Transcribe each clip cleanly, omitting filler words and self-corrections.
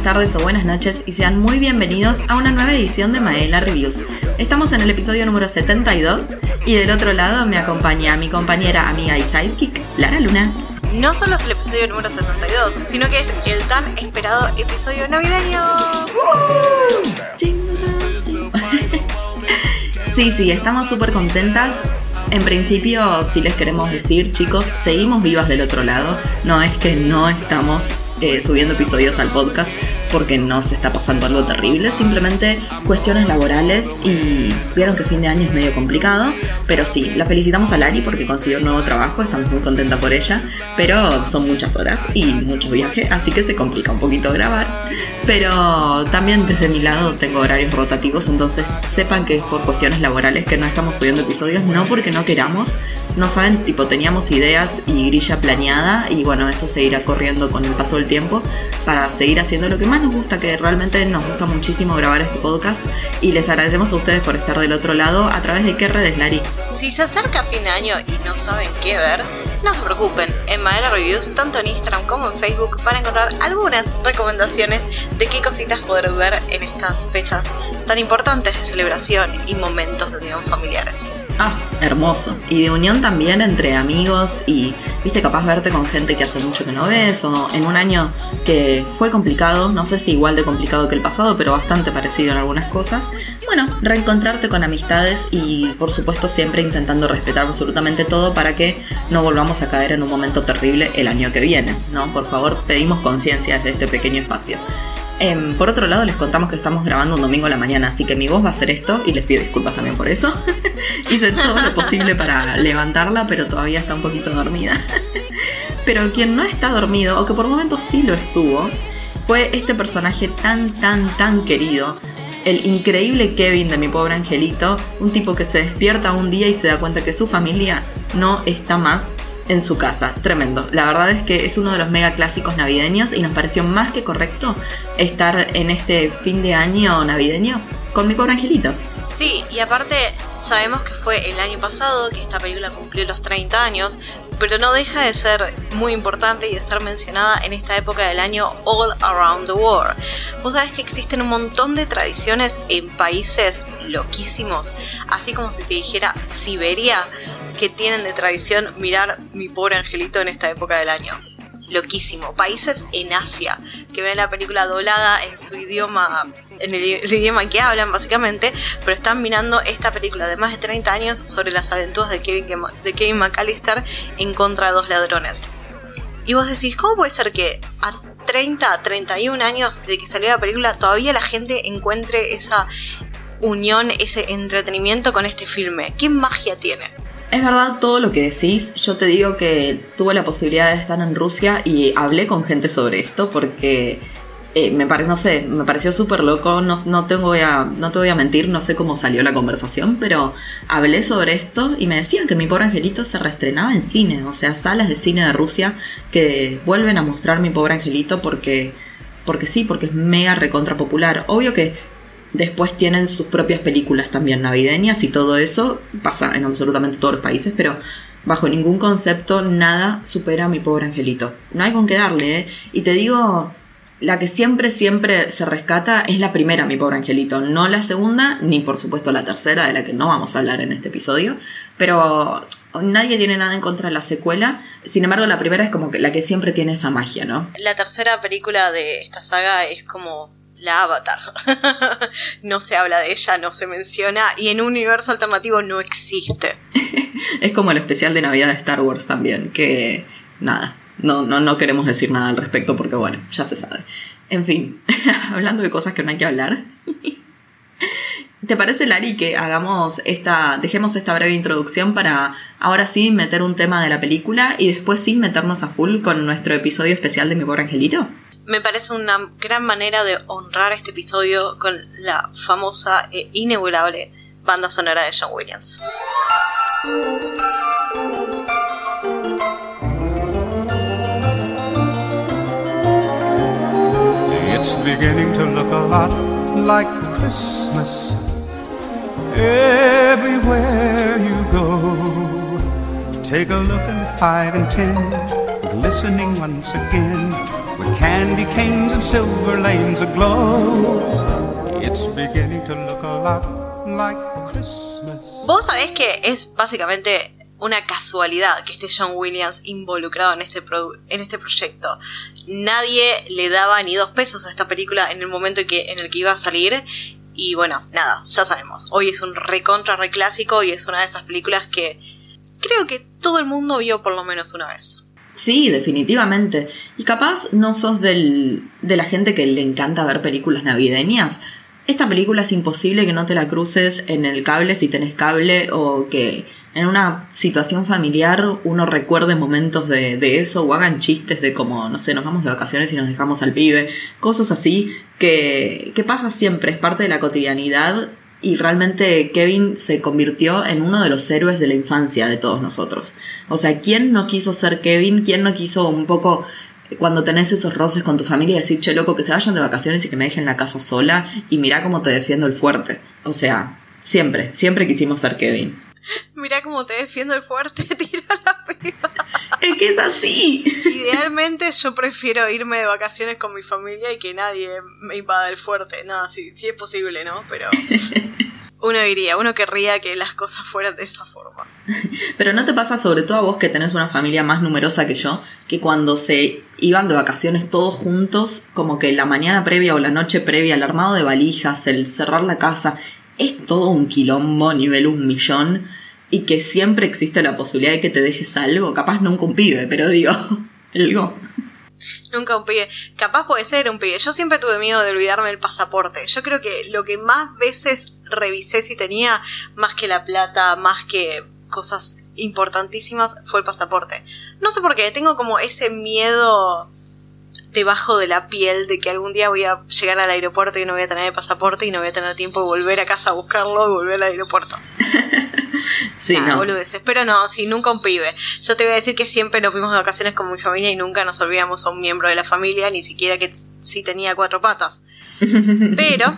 tardes o buenas noches y sean muy bienvenidos a una nueva edición de Maela Reviews. Estamos en el episodio número 72 y del otro lado me acompaña mi compañera, amiga y sidekick, Lara Luna. No solo es el episodio número 72, sino que es el tan esperado episodio navideño. Sí, estamos súper contentas. En principio, sí les queremos decir, chicos, seguimos vivas del otro lado. No es que no estamos subiendo episodios al podcast porque nos está pasando algo terrible, simplemente cuestiones laborales y vieron que fin de año es medio complicado, pero sí, la felicitamos a Lari porque consiguió un nuevo trabajo, estamos muy contentas por ella, pero son muchas horas y mucho viaje, así que se complica un poquito grabar, pero también desde mi lado tengo horarios rotativos, entonces sepan que es por cuestiones laborales que no estamos subiendo episodios, no porque no queramos. No saben, teníamos ideas y grilla planeada y bueno, eso se irá corriendo con el paso del tiempo para seguir haciendo lo que más nos gusta, que realmente nos gusta muchísimo grabar este podcast y les agradecemos a ustedes por estar del otro lado. ¿A través de qué redes, Lari? Si se acerca fin de año y no saben qué ver, no se preocupen, en Maela Reviews, tanto en Instagram como en Facebook, van a encontrar algunas recomendaciones de qué cositas poder ver en estas fechas tan importantes de celebración y momentos de unión familiares. Ah, hermoso. Y de unión también entre amigos y, viste, capaz verte con gente que hace mucho que no ves o en un año que fue complicado, no sé si igual de complicado que el pasado, pero bastante parecido en algunas cosas. Bueno, reencontrarte con amistades y, por supuesto, siempre intentando respetar absolutamente todo para que no volvamos a caer en un momento terrible el año que viene, ¿no? Por favor, pedimos conciencia de este pequeño espacio. Por otro lado, les contamos que estamos grabando un domingo a la mañana, así que mi voz va a hacer esto y les pido disculpas también por eso. Hice todo lo posible para levantarla, pero todavía está un poquito dormida. Pero quien no está dormido, o que por momentos sí lo estuvo, fue este personaje tan querido, el increíble Kevin de Mi Pobre Angelito, un tipo que se despierta un día y se da cuenta que su familia no está más en su casa. Tremendo. La verdad es que es uno de los mega clásicos navideños y nos pareció más que correcto estar en este fin de año navideño con Mi Pobre Angelito. Sí, y aparte sabemos que fue el año pasado que esta película cumplió los 30 años, pero no deja de ser muy importante y de ser mencionada en esta época del año all around the world. Vos sabés que existen un montón de tradiciones en países loquísimos, así como si te dijera Siberia, que tienen de tradición mirar Mi Pobre Angelito en esta época del año. Loquísimo. Países en Asia que ven la película doblada en su idioma, en el idioma que hablan básicamente, pero están mirando esta película de más de 30 años sobre las aventuras de Kevin McAllister en contra de dos ladrones. Y vos decís, ¿cómo puede ser que a 31 años de que salió la película todavía la gente encuentre esa unión, ese entretenimiento con este filme? ¿Qué magia tiene? Es verdad todo lo que decís. Yo te digo que tuve la posibilidad de estar en Rusia y hablé con gente sobre esto porque me pareció súper loco. No te voy a mentir, no sé cómo salió la conversación, pero hablé sobre esto y me decían que Mi Pobre Angelito se reestrenaba en cine, o sea, salas de cine de Rusia que vuelven a mostrar Mi Pobre Angelito porque es mega recontra popular. Obvio que después tienen sus propias películas también navideñas y todo eso pasa en absolutamente todos los países, pero bajo ningún concepto nada supera a Mi Pobre Angelito. No hay con qué darle, ¿eh? Y te digo, la que siempre se rescata es la primera Mi Pobre Angelito, no la segunda, ni por supuesto la tercera, de la que no vamos a hablar en este episodio, pero nadie tiene nada en contra de la secuela. Sin embargo, la primera es como que la que siempre tiene esa magia, ¿no? La tercera película de esta saga es como la Avatar. No se habla de ella, no se menciona y en un universo alternativo no existe. Es como el especial de Navidad de Star Wars también, que nada, no queremos decir nada al respecto porque bueno, ya se sabe. En fin, hablando de cosas que no hay que hablar, ¿te parece, Lari, que dejemos esta breve introducción para ahora sí meter un tema de la película y después sí meternos a full con nuestro episodio especial de Mi Pobre Angelito? Me parece una gran manera de honrar este episodio con la famosa e inigualable banda sonora de John Williams. It's beginning to look a lot like Christmas everywhere you go. Take a look in the 5 and 10, glistening once again, with candy canes and silver lanes aglow. It's beginning to look a lot like Christmas. Vos sabés que es básicamente una casualidad que esté John Williams involucrado en este proyecto. Nadie le daba ni 2 pesos a esta película en el momento en el que iba a salir. Y bueno, nada, ya sabemos. Hoy es un re clásico y es una de esas películas que creo que todo el mundo vio por lo menos una vez. Sí, definitivamente. Y capaz no sos de la gente que le encanta ver películas navideñas. Esta película es imposible que no te la cruces en el cable si tenés cable, o que en una situación familiar uno recuerde momentos de eso, o hagan chistes de como, no sé, nos vamos de vacaciones y nos dejamos al pibe. Cosas así que pasa siempre, es parte de la cotidianidad. Y realmente Kevin se convirtió en uno de los héroes de la infancia de todos nosotros. O sea, ¿quién no quiso ser Kevin? ¿Quién no quiso un poco, cuando tenés esos roces con tu familia, decir, che, loco, que se vayan de vacaciones y que me dejen la casa sola y mirá cómo te defiendo el fuerte? O sea, siempre quisimos ser Kevin. Mirá cómo te defiendo el fuerte, tira la piba. Es que es así. Idealmente yo prefiero irme de vacaciones con mi familia y que nadie me invada el fuerte. No, sí es posible, ¿no? Pero uno querría que las cosas fueran de esa forma. Pero ¿no te pasa, sobre todo a vos que tenés una familia más numerosa que yo, que cuando se iban de vacaciones todos juntos, como que la mañana previa o la noche previa, el armado de valijas, el cerrar la casa, es todo un quilombo nivel 1.000.000, y que siempre existe la posibilidad de que te dejes algo? Capaz nunca un pibe, pero digo, algo. Nunca un pibe. Capaz puede ser un pibe. Yo siempre tuve miedo de olvidarme el pasaporte. Yo creo que lo que más veces revisé si tenía, más que la plata, más que cosas importantísimas, fue el pasaporte. No sé por qué, tengo como ese miedo debajo de la piel de que algún día voy a llegar al aeropuerto y no voy a tener el pasaporte y no voy a tener tiempo de volver a casa a buscarlo y volver al aeropuerto. Sí, no. Boludeces. Pero no, sí, nunca un pibe. Yo te voy a decir que siempre nos fuimos de vacaciones con mi familia y nunca nos olvidamos a un miembro de la familia, ni siquiera que sí tenía 4 patas. Pero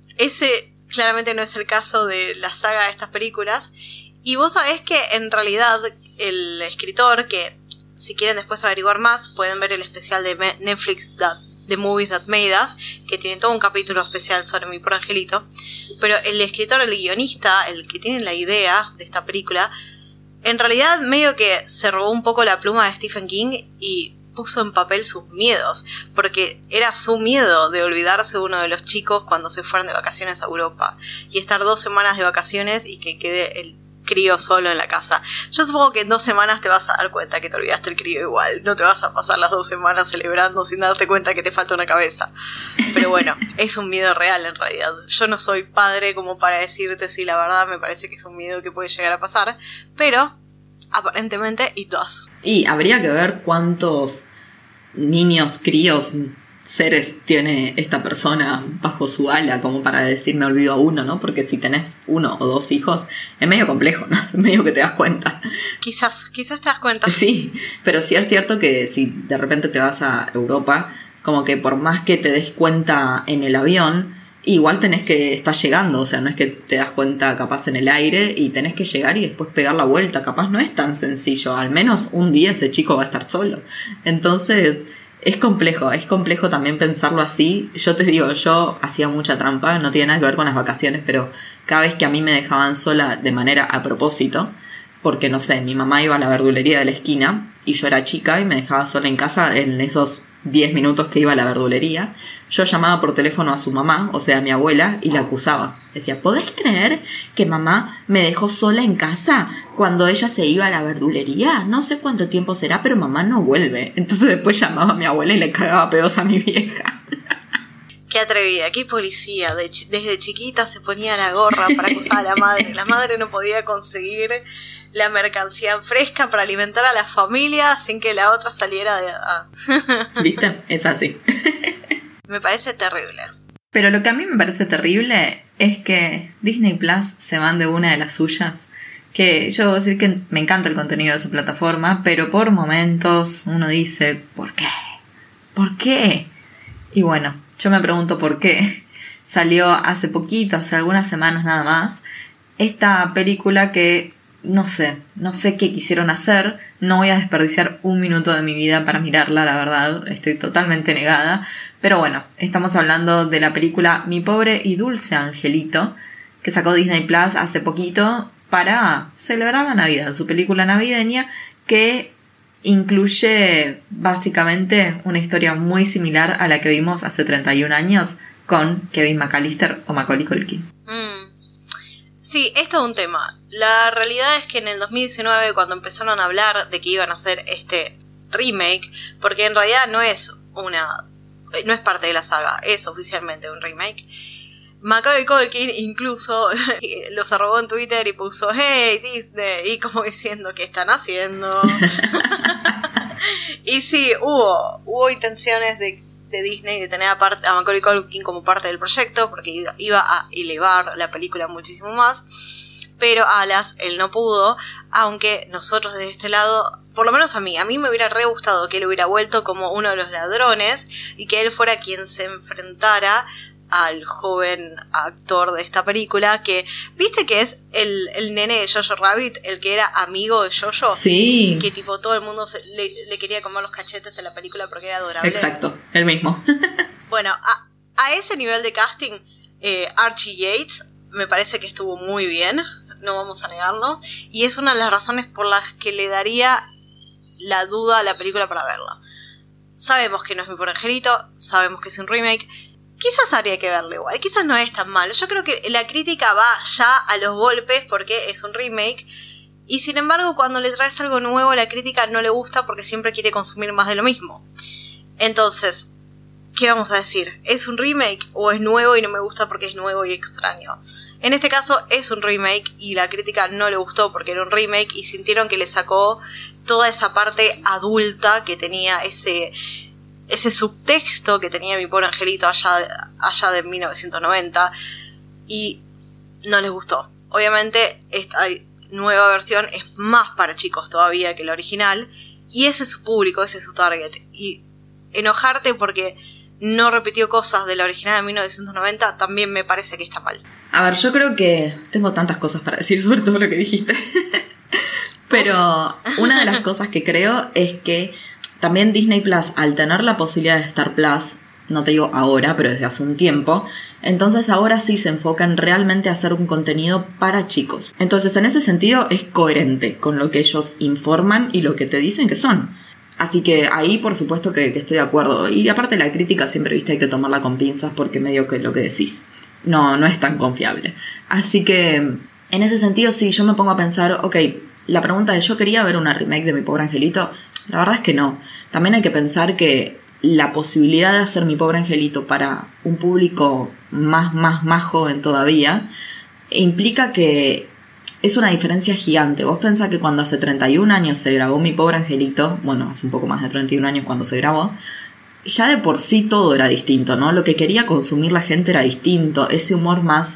ese claramente no es el caso de la saga de estas películas. Y vos sabés que en realidad el escritor, que si quieren después averiguar más, pueden ver el especial de Netflix The Movies That Made Us, que tiene todo un capítulo especial sobre mi pobre angelito. Pero el escritor, el guionista, el que tiene la idea de esta película, en realidad medio que se robó un poco la pluma de Stephen King y puso en papel sus miedos, porque era su miedo de olvidarse uno de los chicos cuando se fueron de vacaciones a Europa y estar 2 semanas de vacaciones y que quede el crío solo en la casa. Yo supongo que en 2 semanas te vas a dar cuenta que te olvidaste el crío igual. No te vas a pasar las 2 semanas celebrando sin darte cuenta que te falta una cabeza. Pero bueno, es un miedo real en realidad. Yo no soy padre como para decirte si la verdad me parece que es un miedo que puede llegar a pasar, pero aparentemente it does. Y habría que ver cuántos niños, críos, seres tiene esta persona bajo su ala como para decir me olvido a uno, ¿no? Porque si tenés 1 o 2 hijos es medio complejo, ¿no? Es medio que te das cuenta. Quizás te das cuenta. Sí, pero sí es cierto que si de repente te vas a Europa, como que por más que te des cuenta en el avión, igual tenés que estar llegando, o sea, no es que te das cuenta capaz en el aire y tenés que llegar y después pegar la vuelta, capaz no es tan sencillo, al menos un día ese chico va a estar solo. Entonces es complejo también pensarlo así. Yo te digo, yo hacía mucha trampa, no tiene nada que ver con las vacaciones, pero cada vez que a mí me dejaban sola de manera a propósito, porque no sé, mi mamá iba a la verdulería de la esquina y yo era chica y me dejaba sola en casa en esos 10 minutos que iba a la verdulería, yo llamaba por teléfono a su mamá, o sea, a mi abuela, y la acusaba. Decía, ¿podés creer que mamá me dejó sola en casa cuando ella se iba a la verdulería? No sé cuánto tiempo será, pero mamá no vuelve. Entonces después llamaba a mi abuela y le cagaba pedos a mi vieja. Qué atrevida, qué policía. Desde chiquita se ponía la gorra para acusar a la madre. La madre no podía conseguir la mercancía fresca para alimentar a la familia sin que la otra saliera de... ¿Viste? Es así. Me parece terrible. Pero lo que a mí me parece terrible es que Disney Plus se mande una de las suyas. Que yo debo decir que me encanta el contenido de esa plataforma, pero por momentos uno dice, ¿por qué? ¿Por qué? Y bueno, yo me pregunto por qué. Salió hace poquito, hace algunas semanas nada más, esta película que no sé qué quisieron hacer. No voy a desperdiciar un minuto de mi vida para mirarla, la verdad, estoy totalmente negada. Pero bueno, estamos hablando de la película Mi Pobre y Dulce Angelito, que sacó Disney Plus hace poquito para celebrar la Navidad, su película navideña, que incluye básicamente una historia muy similar a la que vimos hace 31 años con Kevin McAllister o Macaulay Culkin. Sí, esto es un tema. La realidad es que en el 2019, cuando empezaron a hablar de que iban a hacer este remake, porque en realidad no es parte de la saga, es oficialmente un remake, Macaulay Culkin incluso los arrobó en Twitter y puso "Hey Disney", y como diciendo "¿qué están haciendo?". Y sí, hubo intenciones de Disney de tener a Macaulay Culkin como parte del proyecto, porque iba a elevar la película muchísimo más, pero alas, él no pudo, aunque nosotros de este lado, por lo menos a mí me hubiera re gustado que él hubiera vuelto como uno de los ladrones y que él fuera quien se enfrentara al joven actor de esta película, que viste que es el nene de Jojo Rabbit, el que era amigo de Jojo. Sí. Que tipo todo el mundo le quería comer los cachetes en la película porque era adorable. Exacto, el mismo. Bueno, a ese nivel de casting, Archie Yates me parece que estuvo muy bien, no vamos a negarlo, y es una de las razones por las que le daría la duda a la película para verla. Sabemos que no es Mi Pobre Angelito, sabemos que es un remake. Quizás habría que verlo igual, quizás no es tan malo. Yo creo que la crítica va ya a los golpes porque es un remake. Y sin embargo, cuando le traes algo nuevo, la crítica no le gusta porque siempre quiere consumir más de lo mismo. Entonces, ¿qué vamos a decir? ¿Es un remake o es nuevo y no me gusta porque es nuevo y extraño? En este caso es un remake y la crítica no le gustó porque era un remake y sintieron que le sacó toda esa parte adulta que tenía ese subtexto que tenía Mi Pobre Angelito allá de 1990 y no les gustó. Obviamente esta nueva versión es más para chicos todavía que la original y ese es su público, ese es su target. Y enojarte porque no repitió cosas de la original de 1990 también me parece que está mal. A ver, yo creo que tengo tantas cosas para decir sobre todo lo que dijiste. Pero una de las cosas que creo es que también Disney Plus, al tener la posibilidad de Star Plus, no te digo ahora, pero desde hace un tiempo, entonces ahora sí se enfocan realmente a hacer un contenido para chicos. Entonces en ese sentido es coherente con lo que ellos informan y lo que te dicen que son. Así que ahí por supuesto que estoy de acuerdo. Y aparte la crítica siempre, viste, hay que tomarla con pinzas porque medio que lo que decís no es tan confiable. Así que en ese sentido sí, yo me pongo a pensar, ok, la pregunta de ¿yo quería ver una remake de Mi Pobre Angelito? La verdad es que no. También hay que pensar que la posibilidad de hacer Mi Pobre Angelito para un público más joven todavía implica que es una diferencia gigante. Vos pensás que cuando hace 31 años se grabó Mi Pobre Angelito, bueno, hace un poco más de 31 años cuando se grabó, ya de por sí todo era distinto, ¿no? Lo que quería consumir la gente era distinto. Ese humor más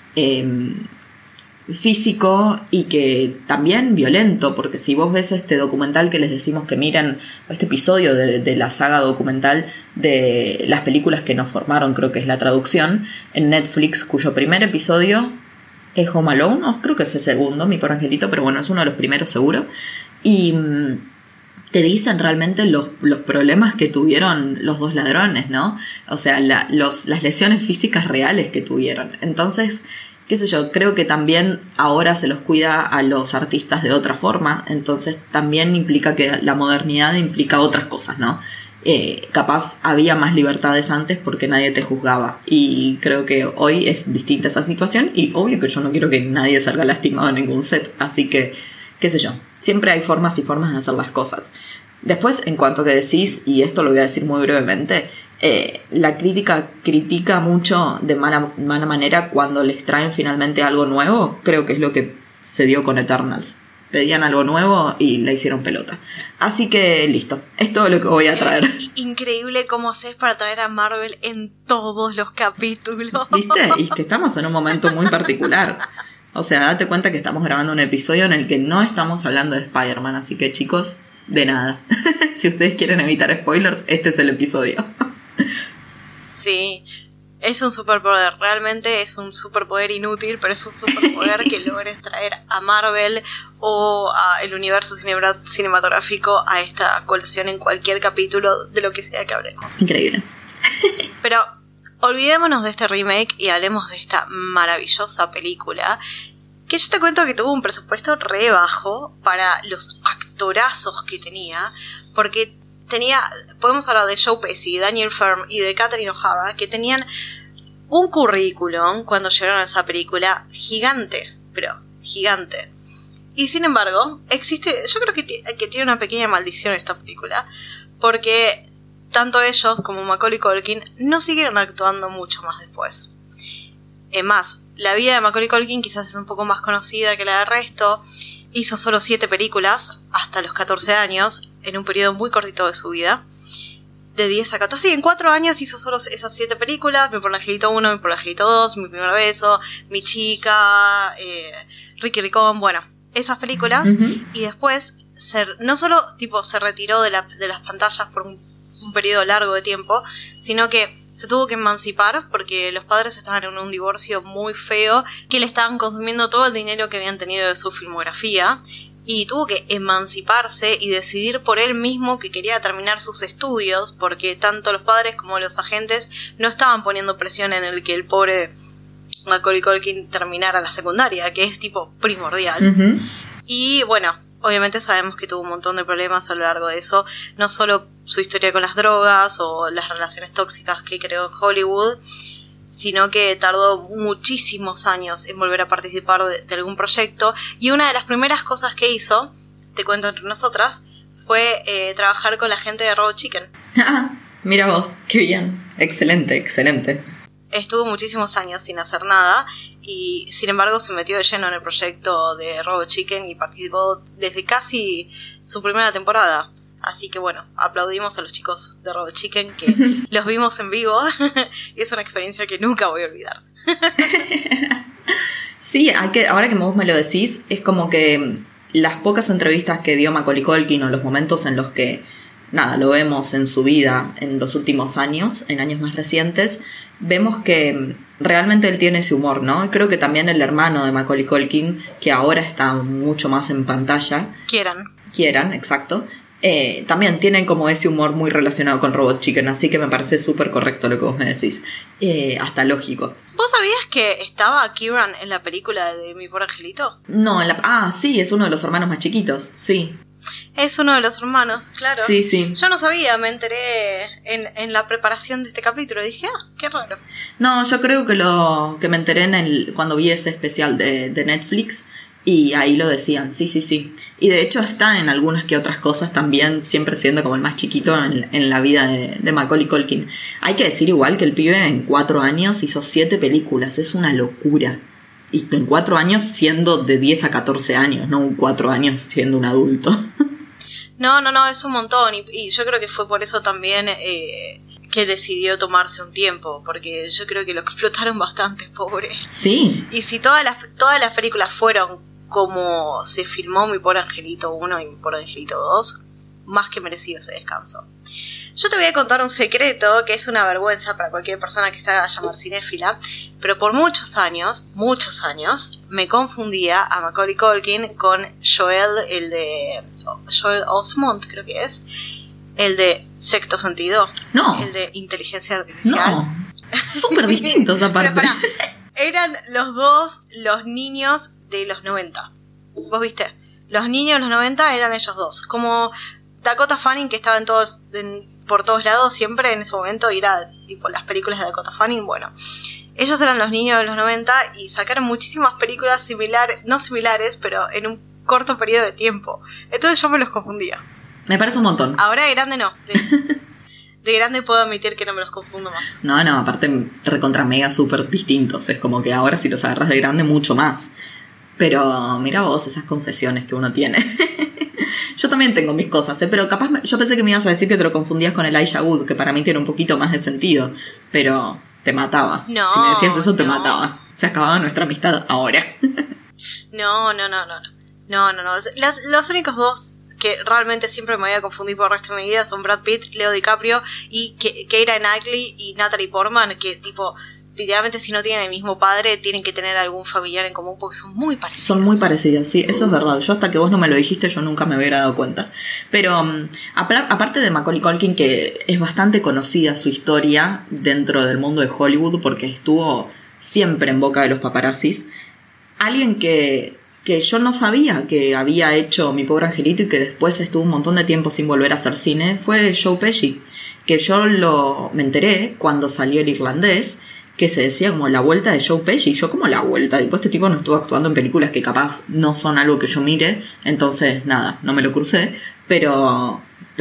físico y que también violento, porque si vos ves este documental que les decimos que miren, este episodio de la saga documental de las películas que nos formaron, creo que es la traducción, en Netflix, cuyo primer episodio es Home Alone, o creo que es el segundo, Mi Pobre Angelito, pero bueno, es uno de los primeros seguro, y te dicen realmente los problemas que tuvieron los dos ladrones, ¿no? O sea, las lesiones físicas reales que tuvieron. Entonces, qué sé yo, creo que también ahora se los cuida a los artistas de otra forma, entonces también implica que la modernidad implica otras cosas, ¿no? Capaz había más libertades antes porque nadie te juzgaba y creo que hoy es distinta esa situación y obvio que yo no quiero que nadie salga lastimado en ningún set, así que, qué sé yo, siempre hay formas y formas de hacer las cosas. Después, en cuanto a que decís, y esto lo voy a decir muy brevemente, la crítica critica mucho de mala manera cuando les traen finalmente algo nuevo. Creo que es lo que se dio con Eternals. Pedían algo nuevo y le hicieron pelota. Así que listo, es todo lo que voy a traer. Increíble cómo haces para traer a Marvel en todos los capítulos. ¿Viste? Y que estamos en un momento muy particular. O sea, date cuenta que estamos grabando un episodio en el que no estamos hablando de Spider-Man. Así que chicos, de nada. Si ustedes quieren evitar spoilers, este es el episodio. Sí. Es un superpoder, realmente es un superpoder inútil, pero es un superpoder que logres traer a Marvel o a el universo cinematográfico a esta colección en cualquier capítulo de lo que sea que hablemos. Increíble. Pero olvidémonos de este remake y hablemos de esta maravillosa película, que yo te cuento que tuvo un presupuesto re bajo para los actorazos que tenía, porque podemos hablar de Joe Pesci, Daniel Firm y de Catherine O'Hara, que tenían un currículum cuando llegaron a esa película gigante, pero gigante. Y sin embargo, yo creo que tiene una pequeña maldición esta película, porque tanto ellos como Macaulay Culkin no siguieron actuando mucho más después. Es más, la vida de Macaulay Culkin quizás es un poco más conocida que la del resto. Hizo solo 7 películas hasta los 14 años, en un periodo muy cortito de su vida. De 10 a 14, sí, en 4 años hizo solo esas 7 películas. Mi Pobre Angelito 1, Mi Pobre Angelito 2, Mi Primer Beso, Mi Chica, Ricky Ricón, bueno, esas películas. Uh-huh. Y después, no solo tipo se retiró de las pantallas por un periodo largo de tiempo, sino que se tuvo que emancipar porque los padres estaban en un divorcio muy feo, que le estaban consumiendo todo el dinero que habían tenido de su filmografía, y tuvo que emanciparse y decidir por él mismo que quería terminar sus estudios, porque tanto los padres como los agentes no estaban poniendo presión en el que el pobre Macaulay Culkin terminara la secundaria, que es tipo primordial. Uh-huh. Y bueno, obviamente sabemos que tuvo un montón de problemas a lo largo de eso, no solo su historia con las drogas o las relaciones tóxicas que creó en Hollywood, sino que tardó muchísimos años en volver a participar de algún proyecto. Y una de las primeras cosas que hizo, te cuento entre nosotras, fue trabajar con la gente de Robot Chicken. Mira vos, qué bien, excelente, excelente. Estuvo muchísimos años sin hacer nada y sin embargo se metió de lleno en el proyecto de Robot Chicken y participó desde casi su primera temporada. Así que bueno, aplaudimos a los chicos de Robot Chicken que los vimos en vivo y es una experiencia que nunca voy a olvidar. Sí, ahora que vos me lo decís, es como que las pocas entrevistas que dio Macaulay Culkin o los momentos en los que lo vemos en su vida en los últimos años, en años más recientes, vemos que realmente él tiene ese humor, ¿no? Creo que también el hermano de Macaulay Culkin, que ahora está mucho más en pantalla. Kieran, exacto. También tienen como ese humor muy relacionado con Robot Chicken, así que me parece súper correcto lo que vos me decís. Hasta lógico. ¿Vos sabías que estaba Kieran en la película de Mi Pobre Angelito? No, sí, es uno de los hermanos más chiquitos, sí. Es uno de los hermanos, claro. Sí, sí. Yo no sabía, me enteré en la preparación de este capítulo. Dije, qué raro. No, yo creo que me enteré cuando vi ese especial de Netflix y ahí lo decían, sí. Y de hecho está en algunas que otras cosas también, siempre siendo como el más chiquito en la vida de Macaulay Culkin. Hay que decir igual que el pibe en 4 años hizo 7 películas, es una locura. Y en 4 años siendo de 10 a 14 años, no 4 años siendo un adulto. No, es un montón. Y yo creo que fue por eso también que decidió tomarse un tiempo. Porque yo creo que lo explotaron bastante, pobre. Sí. Y si todas las películas fueron como se filmó Mi Pobre Angelito 1 y Mi Pobre Angelito 2, más que merecido ese descanso. Yo te voy a contar un secreto que es una vergüenza para cualquier persona que se haga llamar cinéfila, pero por muchos años, me confundía a Macaulay Culkin con Joel Osment, creo que es, el de Sexto Sentido. No. El de Inteligencia Artificial. No. Súper distintos aparte. Pero eran los dos los niños de los 90. ¿Vos viste? Los niños de los 90 eran ellos dos. Como Dakota Fanning, que estaba por todos lados siempre en ese momento, y era tipo las películas de Dakota Fanning. Bueno, ellos eran los niños de los 90 y sacaron muchísimas películas no similares, pero en un corto periodo de tiempo. Entonces yo me los confundía. Me parece un montón. Ahora de grande no. De grande puedo admitir que no me los confundo más. No, aparte recontra mega súper distintos. Es como que ahora si los agarras de grande mucho más. Pero mira vos esas confesiones que uno tiene. Yo también tengo mis cosas, pero capaz yo pensé que me ibas a decir que te lo confundías con Elijah Wood, que para mí tiene un poquito más de sentido. Pero te mataba. No, si me decías eso te mataba. Se acababa nuestra amistad ahora. No. Los únicos dos que realmente siempre me voy a confundir por el resto de mi vida, son Brad Pitt, Leo DiCaprio y Keira Knightley y Natalie Portman, que tipo, literalmente si no tienen el mismo padre, tienen que tener algún familiar en común porque son muy parecidos. Son muy parecidos, sí, eso es verdad. Yo hasta que vos no me lo dijiste, yo nunca me hubiera dado cuenta. Pero aparte de Macaulay Culkin, que es bastante conocida su historia dentro del mundo de Hollywood porque estuvo siempre en boca de los paparazzis, alguien que yo no sabía que había hecho Mi Pobre Angelito y que después estuvo un montón de tiempo sin volver a hacer cine fue Joe Pesci, que yo me enteré cuando salió El Irlandés, que se decía como la vuelta de Joe Pesci, y yo como la vuelta, después este tipo no estuvo actuando en películas que capaz no son algo que yo mire, entonces nada, no me lo crucé, pero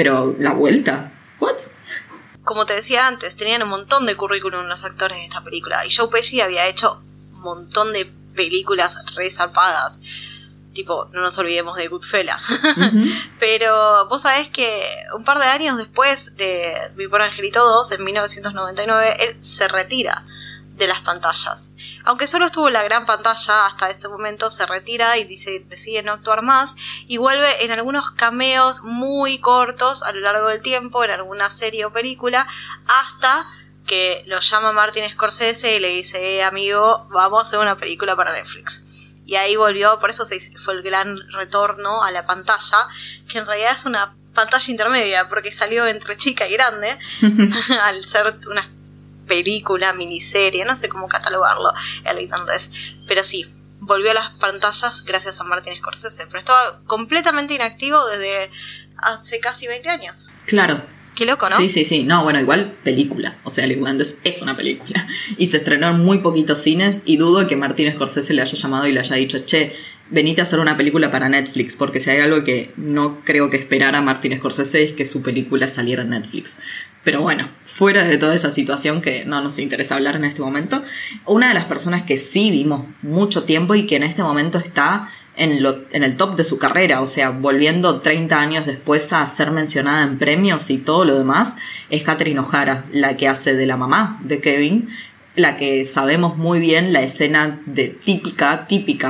la vuelta, ¿what? Como te decía antes, tenían un montón de currículum los actores de esta película, y Joe Pesci había hecho un montón de películas resarpadas, tipo, no nos olvidemos de Goodfellas. Uh-huh. Pero vos sabés que un par de años después de Mi Pobre Angelito 2, en 1999, él se retira de las pantallas. Aunque solo estuvo en la gran pantalla hasta este momento, se retira y decide no actuar más y vuelve en algunos cameos muy cortos a lo largo del tiempo, en alguna serie o película, hasta que lo llama Martin Scorsese y le dice, amigo, vamos a hacer una película para Netflix. Y ahí volvió, por eso fue el gran retorno a la pantalla, que en realidad es una pantalla intermedia, porque salió entre chica y grande, al ser una película, miniserie, no sé cómo catalogarlo, el irlandés. Pero sí, volvió a las pantallas gracias a Martin Scorsese, pero estaba completamente inactivo desde hace casi 20 años. Claro. Qué loco, ¿no? Sí. No, bueno, igual película. O sea, El Irlandés es una película. Y se estrenó en muy poquitos cines y dudo que Martin Scorsese le haya llamado y le haya dicho, che, venite a hacer una película para Netflix. Porque si hay algo que no creo que esperara Martin Scorsese es que su película saliera en Netflix. Pero bueno, fuera de toda esa situación que no nos interesa hablar en este momento, una de las personas que sí vimos mucho tiempo y que en este momento está en el top de su carrera, o sea, volviendo 30 años después a ser mencionada en premios y todo lo demás, es Catherine O'Hara, la que hace de la mamá de Kevin, la que sabemos muy bien la escena típica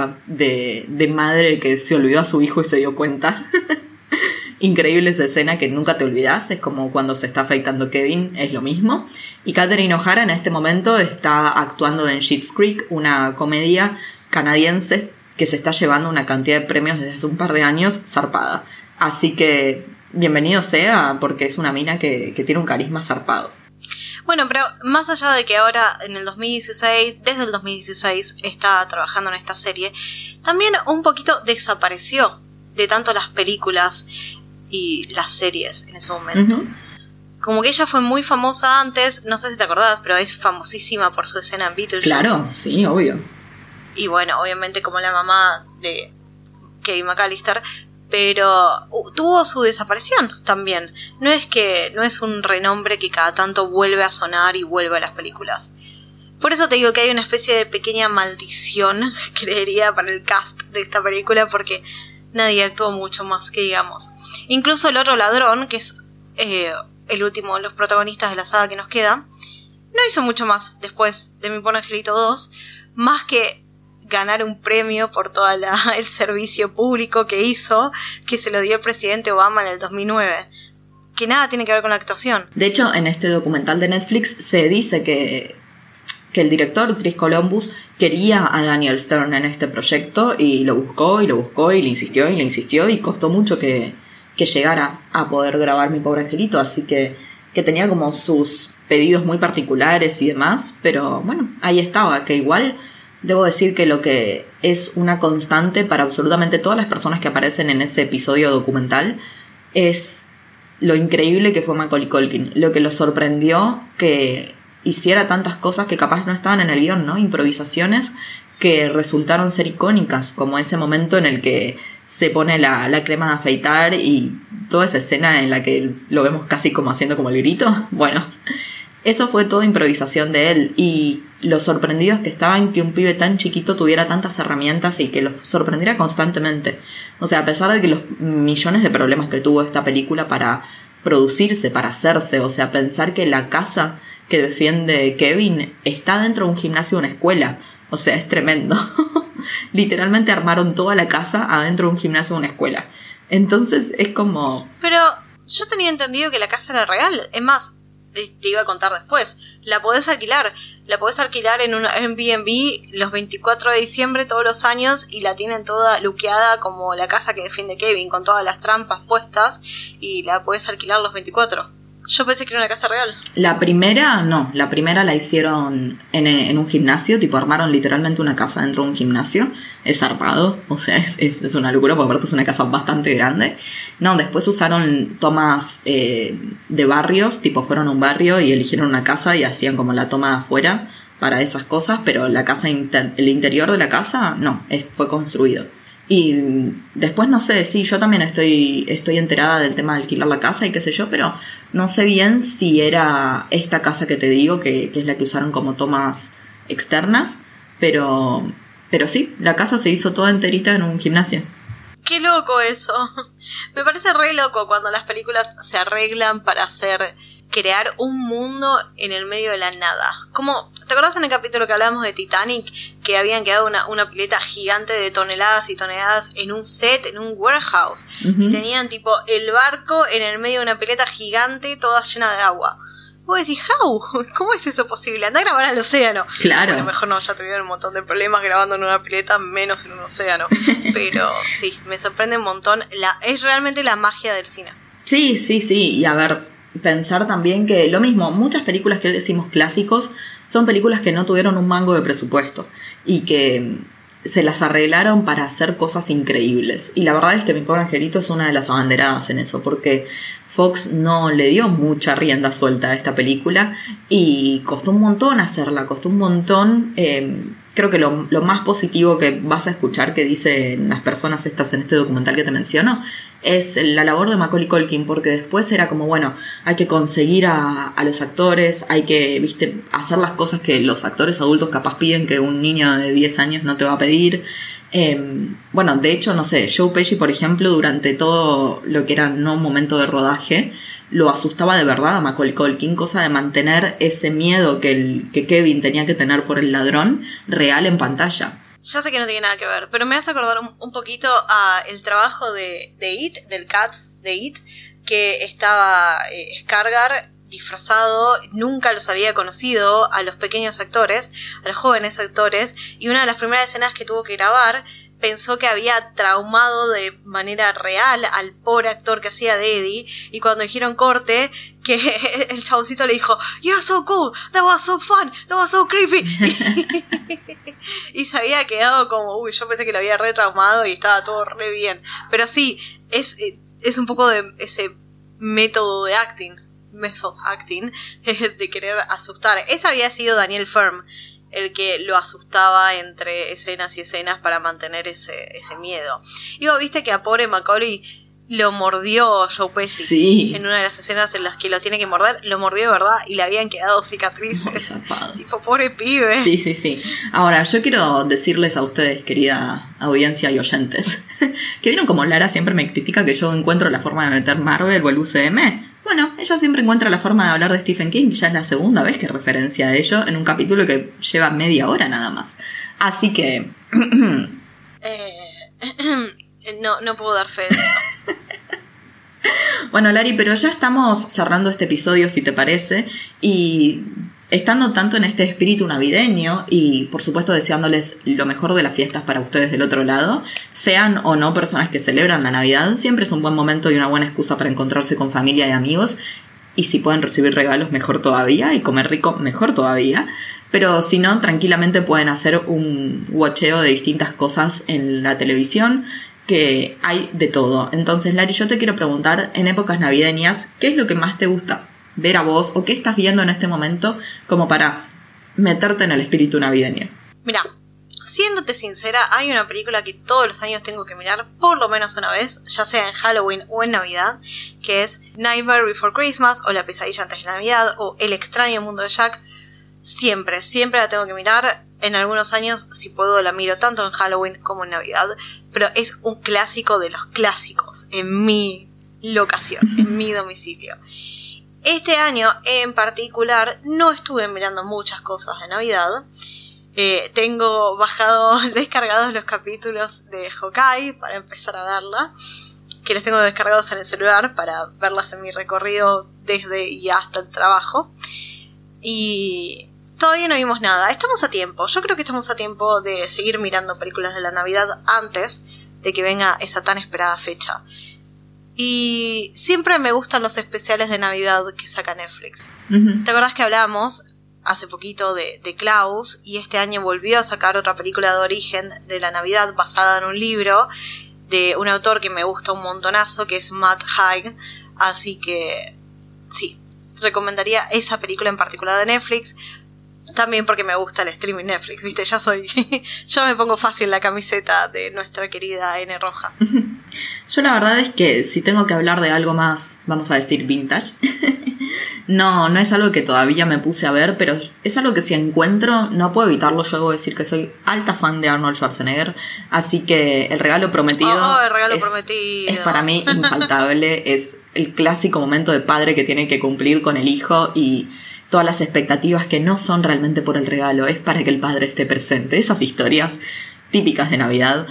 de madre que se olvidó a su hijo y se dio cuenta. Increíble esa escena que nunca te olvidás, es como cuando se está afeitando Kevin, es lo mismo. Y Catherine O'Hara en este momento está actuando en Schitt's Creek, una comedia canadiense que se está llevando una cantidad de premios desde hace un par de años zarpada. Así que bienvenido sea, porque es una mina que tiene un carisma zarpado. Bueno, pero más allá de que ahora desde el 2016 está trabajando en esta serie, también un poquito desapareció de tanto las películas y las series en ese momento. Uh-huh. Como que ella fue muy famosa antes, no sé si te acordás, pero es famosísima por su escena en Beetlejuice. Claro, sí, obvio. Y bueno, obviamente como la mamá de Kevin McAllister, pero tuvo su desaparición también. No es un renombre que cada tanto vuelve a sonar y vuelve a las películas. Por eso te digo que hay una especie de pequeña maldición, creería, para el cast de esta película, porque nadie actuó mucho más que digamos. Incluso el otro ladrón, que es el último de los protagonistas de la saga que nos queda, no hizo mucho más después de Mi Pobre Angelito 2, más que ganar un premio por todo el servicio público que hizo, que se lo dio el presidente Obama en el 2009, que nada tiene que ver con la actuación. De hecho, en este documental de Netflix se dice que el director Chris Columbus quería a Daniel Stern en este proyecto y lo buscó y le insistió y costó mucho que llegara a poder grabar Mi Pobre Angelito, así que tenía como sus pedidos muy particulares y demás, pero bueno, ahí estaba, que igual debo decir que lo que es una constante para absolutamente todas las personas que aparecen en ese episodio documental es lo increíble que fue Macaulay Culkin, lo que lo sorprendió que hiciera tantas cosas que capaz no estaban en el guión, ¿no? Improvisaciones que resultaron ser icónicas, como ese momento en el que se pone la crema de afeitar y toda esa escena en la que lo vemos casi como haciendo como el grito. Bueno, eso fue toda improvisación de él y los sorprendidos que estaban que un pibe tan chiquito tuviera tantas herramientas y que los sorprendiera constantemente. O sea, a pesar de que los millones de problemas que tuvo esta película para producirse, para hacerse, o sea, pensar que la casa que defiende Kevin está dentro de un gimnasio de una escuela. O sea, es tremendo. Literalmente armaron toda la casa adentro de un gimnasio de una escuela. Entonces es como... Pero yo tenía entendido que la casa era real. Es más, te iba a contar después. La podés alquilar. La podés alquilar en un Airbnb los 24 de diciembre todos los años y la tienen toda luqueada como la casa que defiende Kevin, con todas las trampas puestas, y la podés alquilar los 24. Yo pensé que era una casa real. La primera, no. La primera la hicieron en un gimnasio. Tipo, armaron literalmente una casa dentro de un gimnasio. Es zarpado. O sea, es una locura, porque aparte es una casa bastante grande. No, después usaron tomas de barrios. Tipo, fueron a un barrio y eligieron una casa y hacían como la toma de afuera para esas cosas. Pero la casa el interior de la casa, no. Fue construido. Y después no sé, sí, yo también estoy enterada del tema de alquilar la casa y qué sé yo, pero no sé bien si era esta casa que te digo, que es la que usaron como tomas externas, pero sí, la casa se hizo toda enterita en un gimnasio. ¡Qué loco eso! Me parece re loco cuando las películas se arreglan para crear un mundo en el medio de la nada. Como, ¿te acordás en el capítulo que hablamos de Titanic? Que habían quedado una pileta gigante de toneladas y toneladas en un set, en un warehouse. Uh-huh. Y tenían tipo el barco en el medio de una pileta gigante toda llena de agua. Vos decís, ¿cómo es eso posible? Andá a grabar al océano. Claro. Bueno, mejor no, ya tuvieron un montón de problemas grabando en una pileta, menos en un océano. Pero sí, me sorprende un montón. Es realmente la magia del cine. Sí. Y a ver, pensar también que lo mismo, muchas películas que decimos clásicos son películas que no tuvieron un mango de presupuesto y que se las arreglaron para hacer cosas increíbles. Y la verdad es que Mi Pobre Angelito es una de las abanderadas en eso, porque Fox no le dio mucha rienda suelta a esta película y costó un montón hacerla, costó un montón. Creo que lo más positivo que vas a escuchar que dicen las personas estas en este documental que te menciono es la labor de Macaulay Culkin, porque después era como, bueno, hay que conseguir a los actores, hay que, hacer las cosas que los actores adultos capaz piden que un niño de 10 años no te va a pedir. Bueno, de hecho, no sé, Joe Pesci, por ejemplo, durante todo lo que era no un momento de rodaje, lo asustaba de verdad a Macaulay Culkin, cosa de mantener ese miedo que Kevin tenía que tener por el ladrón real en pantalla. Ya sé que no tiene nada que ver, pero me hace acordar un poquito a el trabajo de It, del Cats de It, que estaba Skarsgård disfrazado, nunca los había conocido a los pequeños actores, a los jóvenes actores, y una de las primeras escenas que tuvo que grabar pensó que había traumado de manera real al pobre actor que hacía de Eddie, y cuando dijeron corte, que el chaboncito le dijo, "You're so cool, that was so fun, that was so creepy", y se había quedado como, yo pensé que lo había re traumado y estaba todo re bien, pero sí, es un poco de ese método de acting, de querer asustar. Ese había sido Daniel Firm, el que lo asustaba entre escenas y escenas para mantener ese miedo. Y vos viste que a pobre Macaulay lo mordió Joe Pesci. Sí. En una de las escenas en las que lo tiene que morder, lo mordió de verdad y le habían quedado cicatrices. Tipo, pobre pibe. Sí. Ahora, yo quiero decirles a ustedes, querida audiencia y oyentes, que vieron como Lara siempre me critica que yo encuentro la forma de meter Marvel o el UCM. Bueno, ella siempre encuentra la forma de hablar de Stephen King, ya es la segunda vez que referencia a ello en un capítulo que lleva media hora nada más. Así que... no puedo dar fe de eso. Bueno, Lari, pero ya estamos cerrando este episodio, si te parece, y estando tanto en este espíritu navideño y, por supuesto, deseándoles lo mejor de las fiestas para ustedes del otro lado, sean o no personas que celebran la Navidad, siempre es un buen momento y una buena excusa para encontrarse con familia y amigos, y si pueden recibir regalos, mejor todavía, y comer rico, mejor todavía. Pero si no, tranquilamente pueden hacer un watcheo de distintas cosas en la televisión, que hay de todo. Entonces, Lari, yo te quiero preguntar, en épocas navideñas, ¿qué es lo que más te gusta ver a vos o qué estás viendo en este momento como para meterte en el espíritu navideño? Mira, siéndote sincera, hay una película que todos los años tengo que mirar por lo menos una vez, ya sea en Halloween o en Navidad, que es Nightmare Before Christmas o La pesadilla antes de Navidad o El extraño mundo de Jack. Siempre la tengo que mirar. En algunos años, si puedo, la miro tanto en Halloween como en Navidad, pero es un clásico de los clásicos en mi locación, en mi domicilio. Este año en particular no estuve mirando muchas cosas de Navidad. Tengo descargados los capítulos de Hawkeye para empezar a verla, que los tengo descargados en el celular para verlas en mi recorrido desde y hasta el trabajo. Y todavía no vimos nada. Estamos a tiempo. Yo creo que estamos a tiempo de seguir mirando películas de la Navidad antes de que venga esa tan esperada fecha. Y siempre me gustan los especiales de Navidad que saca Netflix. Uh-huh. ¿Te acordás que hablamos hace poquito de Klaus? Y este año volvió a sacar otra película de origen de la Navidad basada en un libro de un autor que me gusta un montonazo, que es Matt Haig. Así que sí, recomendaría esa película en particular de Netflix. También porque me gusta el streaming Netflix, ¿viste? Yo me pongo fácil la camiseta de nuestra querida N Roja. Yo la verdad es que si tengo que hablar de algo más, vamos a decir vintage, no es algo que todavía me puse a ver, pero es algo que si encuentro no puedo evitarlo. Yo debo decir que soy alta fan de Arnold Schwarzenegger, así que El regalo prometido, es para mí infaltable. Es el clásico momento de padre que tiene que cumplir con el hijo y todas las expectativas que no son realmente por el regalo, es para que el padre esté presente. Esas historias típicas de Navidad,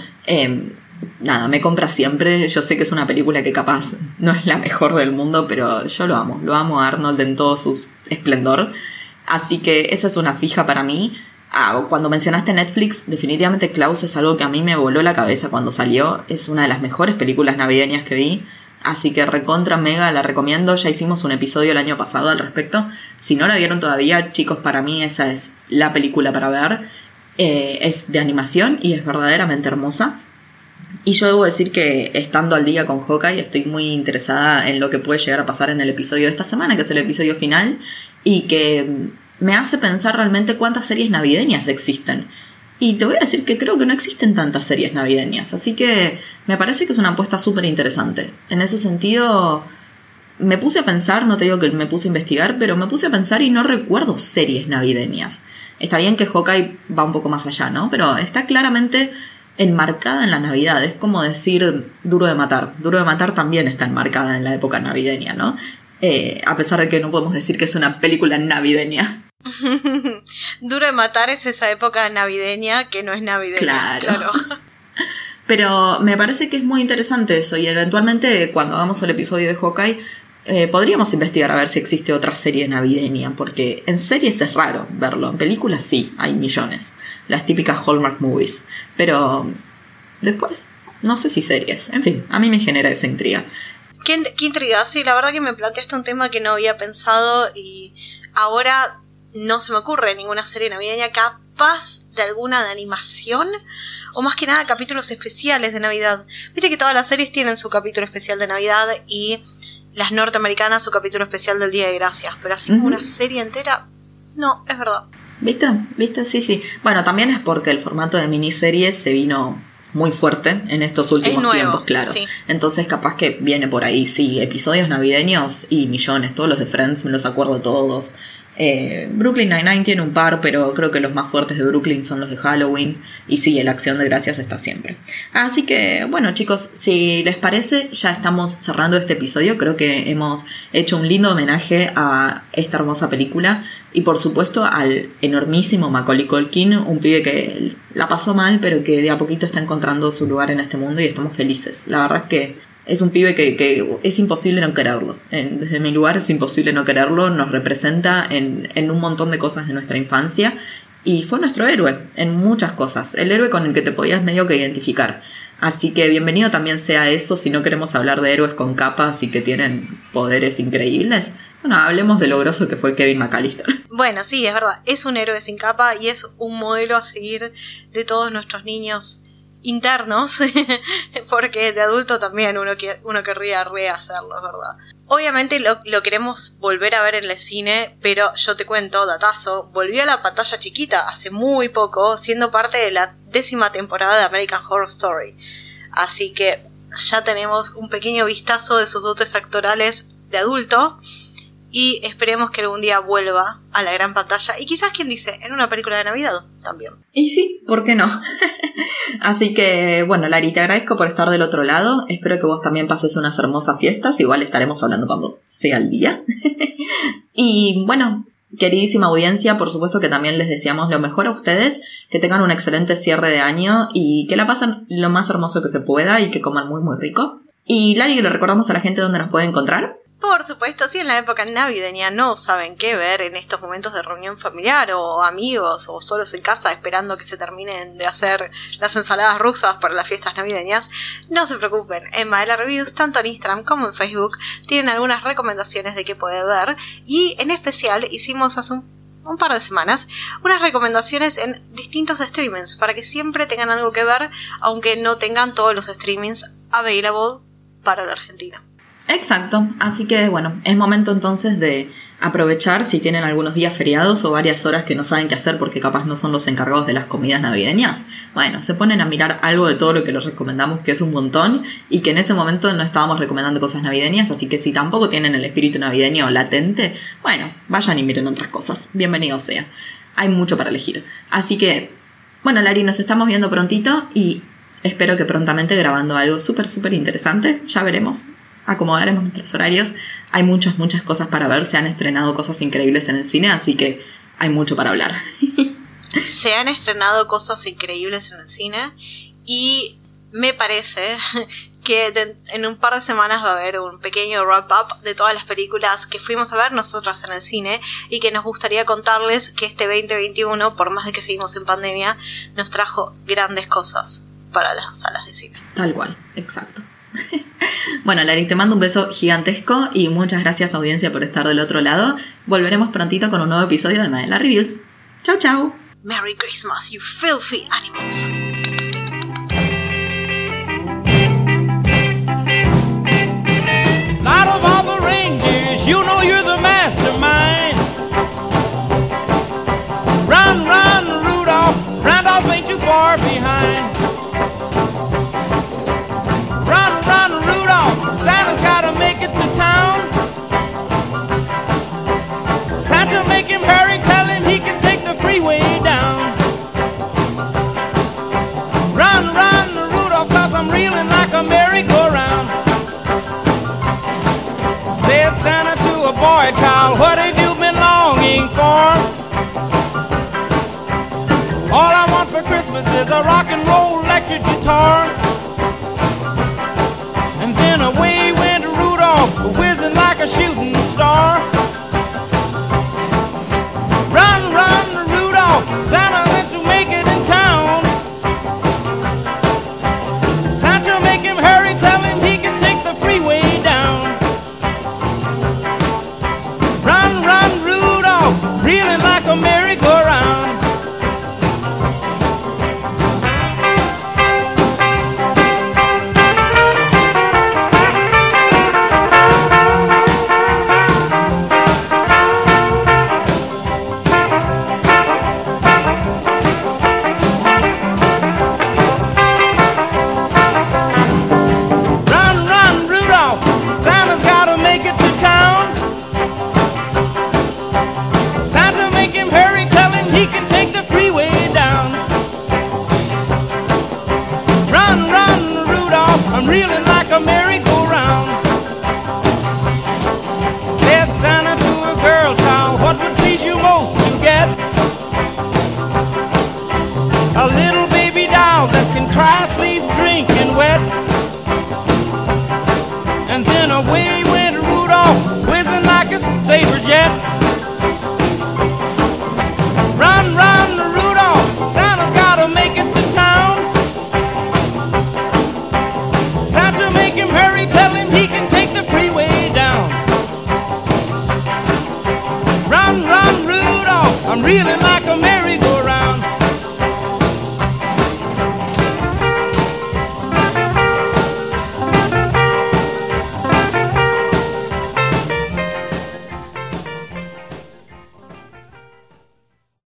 nada, me compra siempre. Yo sé que es una película que capaz no es la mejor del mundo, pero yo lo amo a Arnold en todo su esplendor. Así que esa es una fija para mí. Cuando mencionaste Netflix, definitivamente Klaus es algo que a mí me voló la cabeza cuando salió. Es una de las mejores películas navideñas que vi. Así que recontra mega la recomiendo. Ya hicimos un episodio el año pasado al respecto. Si no la vieron todavía, chicos, para mí esa es la película para ver. Es de animación y es verdaderamente hermosa. Y yo debo decir que estando al día con Hawkeye, estoy muy interesada en lo que puede llegar a pasar en el episodio de esta semana, que es el episodio final, y que me hace pensar realmente cuántas series navideñas existen. Y te voy a decir que creo que no existen tantas series navideñas, así que me parece que es una apuesta súper interesante. En ese sentido, me puse a pensar, no te digo que me puse a investigar, pero me puse a pensar y no recuerdo series navideñas. Está bien que Hawkeye va un poco más allá, ¿no? Pero está claramente enmarcada en la Navidad. Es como decir Duro de Matar. Duro de Matar también está enmarcada en la época navideña, ¿no? A pesar de que no podemos decir que es una película navideña. Duro de Matar es esa época navideña que no es navideña. Claro. Pero me parece que es muy interesante eso, y eventualmente cuando hagamos el episodio de Hawkeye podríamos investigar a ver si existe otra serie navideña, porque en series es raro verlo, en películas sí, hay millones, las típicas Hallmark movies, pero después no sé si series. En fin, a mí me genera esa intriga. Qué intriga, sí, la verdad que me planteaste un tema que no había pensado y ahora no se me ocurre ninguna serie navideña, capaz de alguna de animación, o más que nada capítulos especiales de Navidad. Viste que todas las series tienen su capítulo especial de Navidad y las norteamericanas su capítulo especial del Día de Gracias, pero así como una serie entera, no, es verdad. ¿Viste? Sí. Bueno, también es porque el formato de miniseries se vino muy fuerte en estos últimos tiempos, claro. Sí. Entonces capaz que viene por ahí, sí, episodios navideños y millones. Todos los de Friends me los acuerdo todos. Brooklyn Nine-Nine tiene un par, pero creo que los más fuertes de Brooklyn son los de Halloween. Y sí, el Acción de Gracias está siempre. Así que, bueno, chicos, si les parece, ya estamos cerrando este episodio. Creo que hemos hecho un lindo homenaje a esta hermosa película. Y por supuesto al enormísimo Macaulay Culkin, un pibe que la pasó mal, pero que de a poquito está encontrando su lugar en este mundo y estamos felices. La verdad es que es un pibe que es imposible no quererlo. Desde mi lugar es imposible no quererlo. Nos representa en un montón de cosas de nuestra infancia. Y fue nuestro héroe en muchas cosas. El héroe con el que te podías medio que identificar. Así que bienvenido también sea eso. Si no queremos hablar de héroes con capas y que tienen poderes increíbles, bueno, hablemos de lo groso que fue Kevin McAllister. Bueno, sí, es verdad. Es un héroe sin capa y es un modelo a seguir de todos nuestros niños internos, porque de adulto también uno querría rehacerlo, es verdad. Obviamente lo queremos volver a ver en el cine, pero yo te cuento, datazo, volvió a la pantalla chiquita hace muy poco, siendo parte de la 10ª temporada de American Horror Story. Así que ya tenemos un pequeño vistazo de sus dotes actorales de adulto, y esperemos que algún día vuelva a la gran pantalla. Y quizás, quien dice, en una película de Navidad también. Y sí, ¿por qué no? Así que, bueno, Lari, te agradezco por estar del otro lado. Espero que vos también pases unas hermosas fiestas. Igual estaremos hablando cuando sea el día. Y bueno, queridísima audiencia, por supuesto que también les deseamos lo mejor a ustedes. Que tengan un excelente cierre de año y que la pasen lo más hermoso que se pueda y que coman muy muy rico. Y Lali, que le recordamos a la gente dónde nos puede encontrar. Por supuesto, si en la época navideña no saben qué ver en estos momentos de reunión familiar o amigos o solos en casa esperando que se terminen de hacer las ensaladas rusas para las fiestas navideñas, no se preocupen, en Maela Reviews, tanto en Instagram como en Facebook, tienen algunas recomendaciones de qué poder ver y en especial hicimos hace un par de semanas unas recomendaciones en distintos streamings para que siempre tengan algo que ver, aunque no tengan todos los streamings available para la Argentina. Exacto, así que bueno, es momento entonces de aprovechar si tienen algunos días feriados o varias horas que no saben qué hacer porque capaz no son los encargados de las comidas navideñas. Bueno, se ponen a mirar algo de todo lo que les recomendamos, que es un montón, y que en ese momento no estábamos recomendando cosas navideñas, así que si tampoco tienen el espíritu navideño latente, bueno, vayan y miren otras cosas, bienvenido sea. Hay mucho para elegir. Así que, bueno, Lari, nos estamos viendo prontito y espero que prontamente grabando algo súper interesante, ya veremos. Acomodaremos nuestros horarios. Hay muchas cosas para ver. Se han estrenado cosas increíbles en el cine, así que hay mucho para hablar. Se han estrenado cosas increíbles en el cine y me parece que en un par de semanas va a haber un pequeño wrap-up de todas las películas que fuimos a ver nosotras en el cine y que nos gustaría contarles que este 2021, por más de que seguimos en pandemia, nos trajo grandes cosas para las salas de cine. Tal cual, exacto. Bueno, Lari, te mando un beso gigantesco y muchas gracias, audiencia, por estar del otro lado. Volveremos prontito con un nuevo episodio de Maela Reviews. Chau, chau. Merry Christmas, you filthy animals. Out of all the reindeers, you know you're the mastermind. Run, run, Rudolph, Randolph ain't too far behind. Run, run, Rudolph, Santa's gotta make it to town. Santa, make him hurry, tell him he can take the freeway down. Run, run, Rudolph, 'cause I'm reeling like a merry-go-round. Said Santa to a boy child, what have you been longing for? All I want for Christmas is a rock and roll electric guitar.